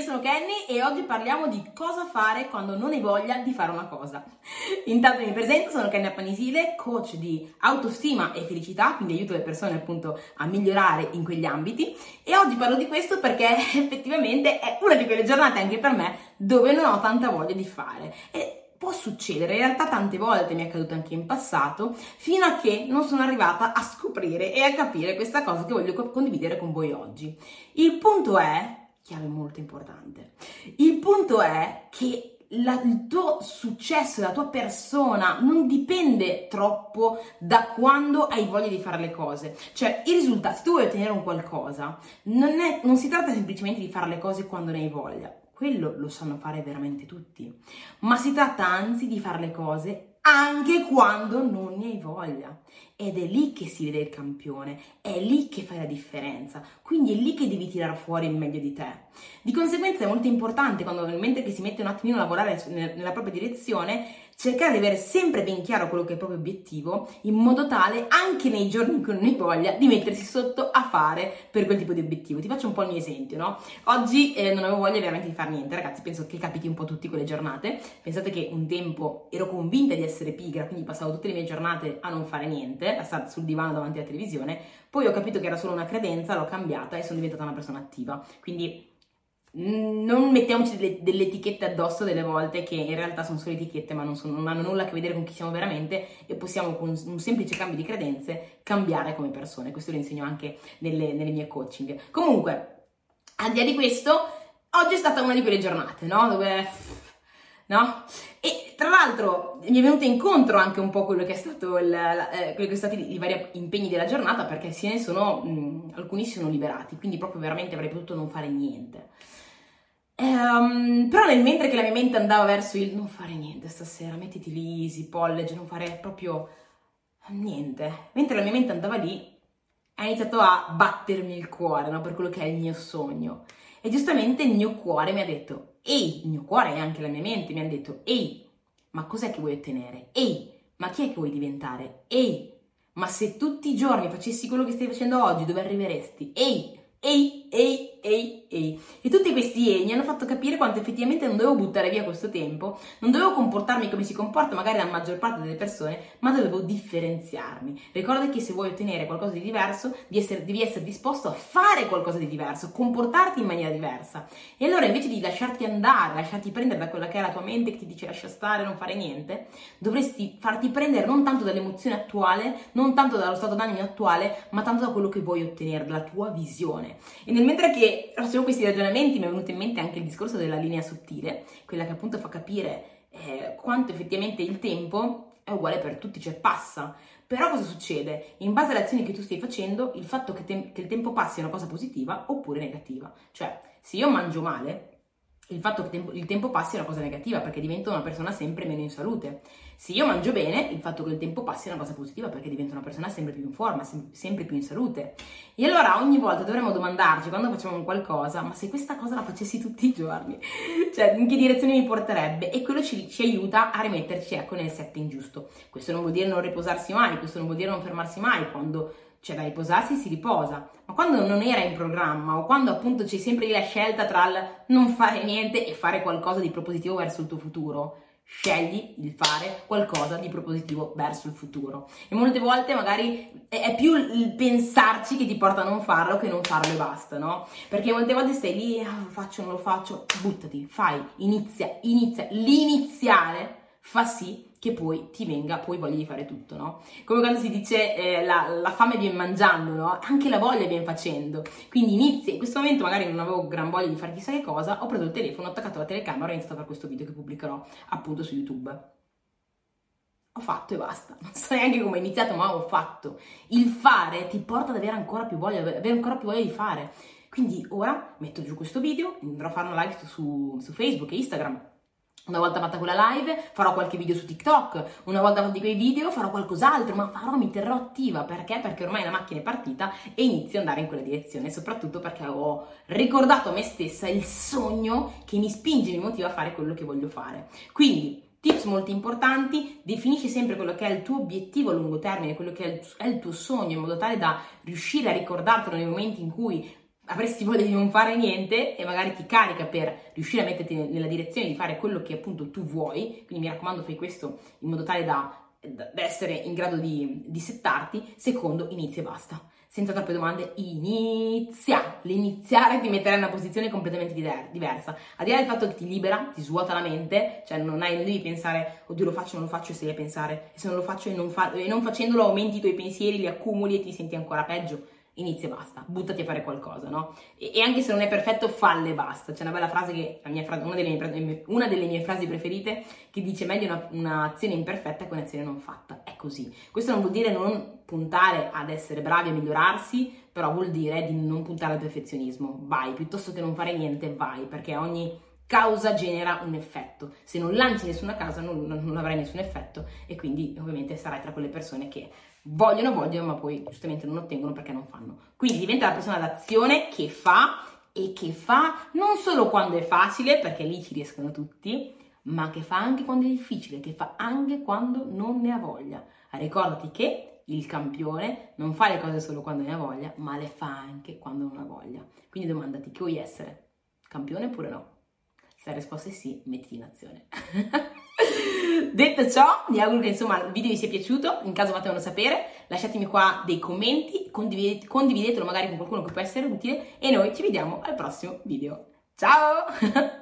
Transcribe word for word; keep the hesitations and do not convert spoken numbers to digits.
sono Kenny e oggi parliamo di cosa fare quando non hai voglia di fare una cosa. Intanto mi presento, sono Kenny Appanisile, coach di autostima e felicità, quindi aiuto le persone appunto a migliorare in quegli ambiti, e oggi parlo di questo perché effettivamente è una di quelle giornate anche per me dove non ho tanta voglia di fare. E può succedere, in realtà tante volte mi è accaduto anche in passato, fino a che non sono arrivata a scoprire e a capire questa cosa che voglio condividere con voi oggi. Il punto è, chiave molto importante, il punto è che la, il tuo successo, la tua persona non dipende troppo da quando hai voglia di fare le cose. Cioè, i risultati, se tu vuoi ottenere un qualcosa, non, è, non si tratta semplicemente di fare le cose quando ne hai voglia. Quello lo sanno fare veramente tutti, ma si tratta anzi di fare le cose anche quando non ne hai voglia, ed è lì che si vede il campione, è lì che fai la differenza, quindi è lì che devi tirare fuori il meglio di te. Di conseguenza è molto importante, quando mentre che si mette un attimino a lavorare nella propria direzione, cercare di avere sempre ben chiaro quello che è il proprio obiettivo, in modo tale, anche nei giorni in cui non hai voglia, di mettersi sotto a fare per quel tipo di obiettivo. Ti faccio un po' il mio esempio, no? Oggi eh, non avevo voglia veramente di fare niente, ragazzi, penso che capiti un po' tutti quelle giornate. Pensate che un tempo ero convinta di essere pigra, quindi passavo tutte le mie giornate a non fare niente, a stare sul divano davanti alla televisione. Poi ho capito che era solo una credenza, l'ho cambiata e sono diventata una persona attiva. Quindi non mettiamoci delle, delle etichette addosso delle volte, che in realtà sono solo etichette, ma non, sono, non hanno nulla a che vedere con chi siamo veramente, e possiamo con un semplice cambio di credenze cambiare come persone. Questo lo insegno anche nelle, nelle mie coaching. Comunque, al di là di questo, oggi è stata una di quelle giornate, no? Dove... no? E tra l'altro mi è venuto incontro anche un po' quello che è stato il, eh, quelli che sono stati i vari impegni della giornata, perché se ne sono, mh, alcuni si sono liberati, quindi proprio veramente avrei potuto non fare niente. Um, però nel mentre che la mia mente andava verso il non fare niente stasera, mettiti lì, easy, pollegge, non fare proprio niente, mentre la mia mente andava lì, ha iniziato a battermi il cuore, no? Per quello che è il mio sogno. E giustamente il mio cuore mi ha detto, ehi, il mio cuore e anche la mia mente mi hanno detto, ehi, ma cos'è che vuoi ottenere? Ehi, ma chi è che vuoi diventare? Ehi, ma se tutti i giorni facessi quello che stai facendo oggi, dove arriveresti? Ehi, ehi, ehi, ehi, ehi. E tutti questi ehi mi hanno fatto capire quanto effettivamente non dovevo buttare via questo tempo, non dovevo comportarmi come si comporta magari la maggior parte delle persone, ma dovevo differenziarmi. Ricorda che se vuoi ottenere qualcosa di diverso, di essere, devi essere disposto a fare qualcosa di diverso, comportarti in maniera diversa. E allora invece di lasciarti andare, lasciarti prendere da quella che è la tua mente che ti dice lascia stare, non fare niente, dovresti farti prendere non tanto dall'emozione attuale, non tanto dallo stato d'animo attuale, ma tanto da quello che vuoi ottenere, dalla tua visione. E nel mentre che facevo questi ragionamenti mi è venuto in mente anche il discorso della linea sottile, quella che appunto fa capire eh, quanto effettivamente il tempo è uguale per tutti, cioè passa. Però cosa succede? In base alle azioni che tu stai facendo, il fatto che, te- che il tempo passi è una cosa positiva oppure negativa. Cioè, se io mangio male, il fatto che tempo, il tempo passi è una cosa negativa, perché divento una persona sempre meno in salute. Se io mangio bene, il fatto che il tempo passi è una cosa positiva, perché divento una persona sempre più in forma, sem- sempre più in salute. E allora ogni volta dovremmo domandarci, quando facciamo un qualcosa, ma se questa cosa la facessi tutti i giorni, cioè in che direzione mi porterebbe? E quello ci, ci aiuta a rimetterci, ecco, nel setting giusto. Questo non vuol dire non riposarsi mai, questo non vuol dire non fermarsi mai. Quando c'è da riposarsi si riposa, ma quando non era in programma, o quando appunto c'è sempre lì la scelta tra il non fare niente e fare qualcosa di propositivo verso il tuo futuro, scegli il fare qualcosa di propositivo verso il futuro. E molte volte magari è più il pensarci che ti porta a non farlo che non farlo e basta, no? Perché molte volte stai lì, ah, lo faccio, non lo faccio, buttati, fai, inizia, inizia, l'iniziare fa sì che poi ti venga poi voglia di fare tutto, no? Come quando si dice eh, la, la fame viene mangiando, no? Anche la voglia viene facendo. Quindi inizi, in questo momento magari non avevo gran voglia di fare chissà che cosa, ho preso il telefono, ho attaccato la telecamera e ho iniziato a fare questo video che pubblicherò appunto su YouTube. Ho fatto e basta, non so neanche come ho iniziato, ma ho fatto. Il fare ti porta ad avere ancora più voglia, avere ancora più voglia di fare. Quindi ora metto giù questo video, andrò a fare una live su, su Facebook e Instagram. Una volta fatta quella live farò qualche video su TikTok, una volta fatti quei video farò qualcos'altro, ma farò, mi terrò attiva. Perché? Perché ormai la macchina è partita e inizio ad andare in quella direzione, soprattutto perché ho ricordato a me stessa il sogno che mi spinge, mi motiva a fare quello che voglio fare. Quindi tips molto importanti: definisci sempre quello che è il tuo obiettivo a lungo termine, quello che è il, è il tuo sogno, in modo tale da riuscire a ricordartelo nei momenti in cui avresti voglia di non fare niente e magari ti carica per riuscire a metterti nella direzione di fare quello che appunto tu vuoi, quindi mi raccomando fai questo in modo tale da, da essere in grado di, di settarti. Secondo, inizia e basta. Senza troppe domande, inizia. L'iniziare ti metterà in una posizione completamente diversa. Al di là del fatto che ti libera, ti svuota la mente, cioè non, hai, non devi pensare, oddio lo faccio, non lo faccio, e stai a pensare, e se non lo faccio e non, fa, e non facendolo aumenti i tuoi pensieri, li accumuli e ti senti ancora peggio. Inizia e basta, buttati a fare qualcosa, no? E, e anche se non è perfetto, falle e basta. C'è una bella frase che, la mia frase, una, delle mie, una delle mie frasi preferite, che dice meglio una, un'azione imperfetta che un'azione non fatta. È così. Questo non vuol dire non puntare ad essere bravi a migliorarsi, però vuol dire di non puntare al perfezionismo. Vai, piuttosto che non fare niente, vai, perché ogni causa genera un effetto. Se non lanci nessuna causa non, non avrai nessun effetto e quindi ovviamente sarai tra quelle persone che vogliono, vogliono, ma poi giustamente non ottengono perché non fanno. Quindi diventa la persona d'azione che fa e che fa non solo quando è facile, perché lì ci riescono tutti, ma che fa anche quando è difficile, che fa anche quando non ne ha voglia. Ricordati che il campione non fa le cose solo quando ne ha voglia, ma le fa anche quando non ha voglia. Quindi domandati, che vuoi essere? Campione oppure no? Se la risposta è sì, mettiti in azione. Detto ciò, mi auguro che insomma il video vi sia piaciuto, in caso fatemelo sapere, lasciatemi qua dei commenti, condividete, condividetelo magari con qualcuno che può essere utile e noi ci vediamo al prossimo video. Ciao!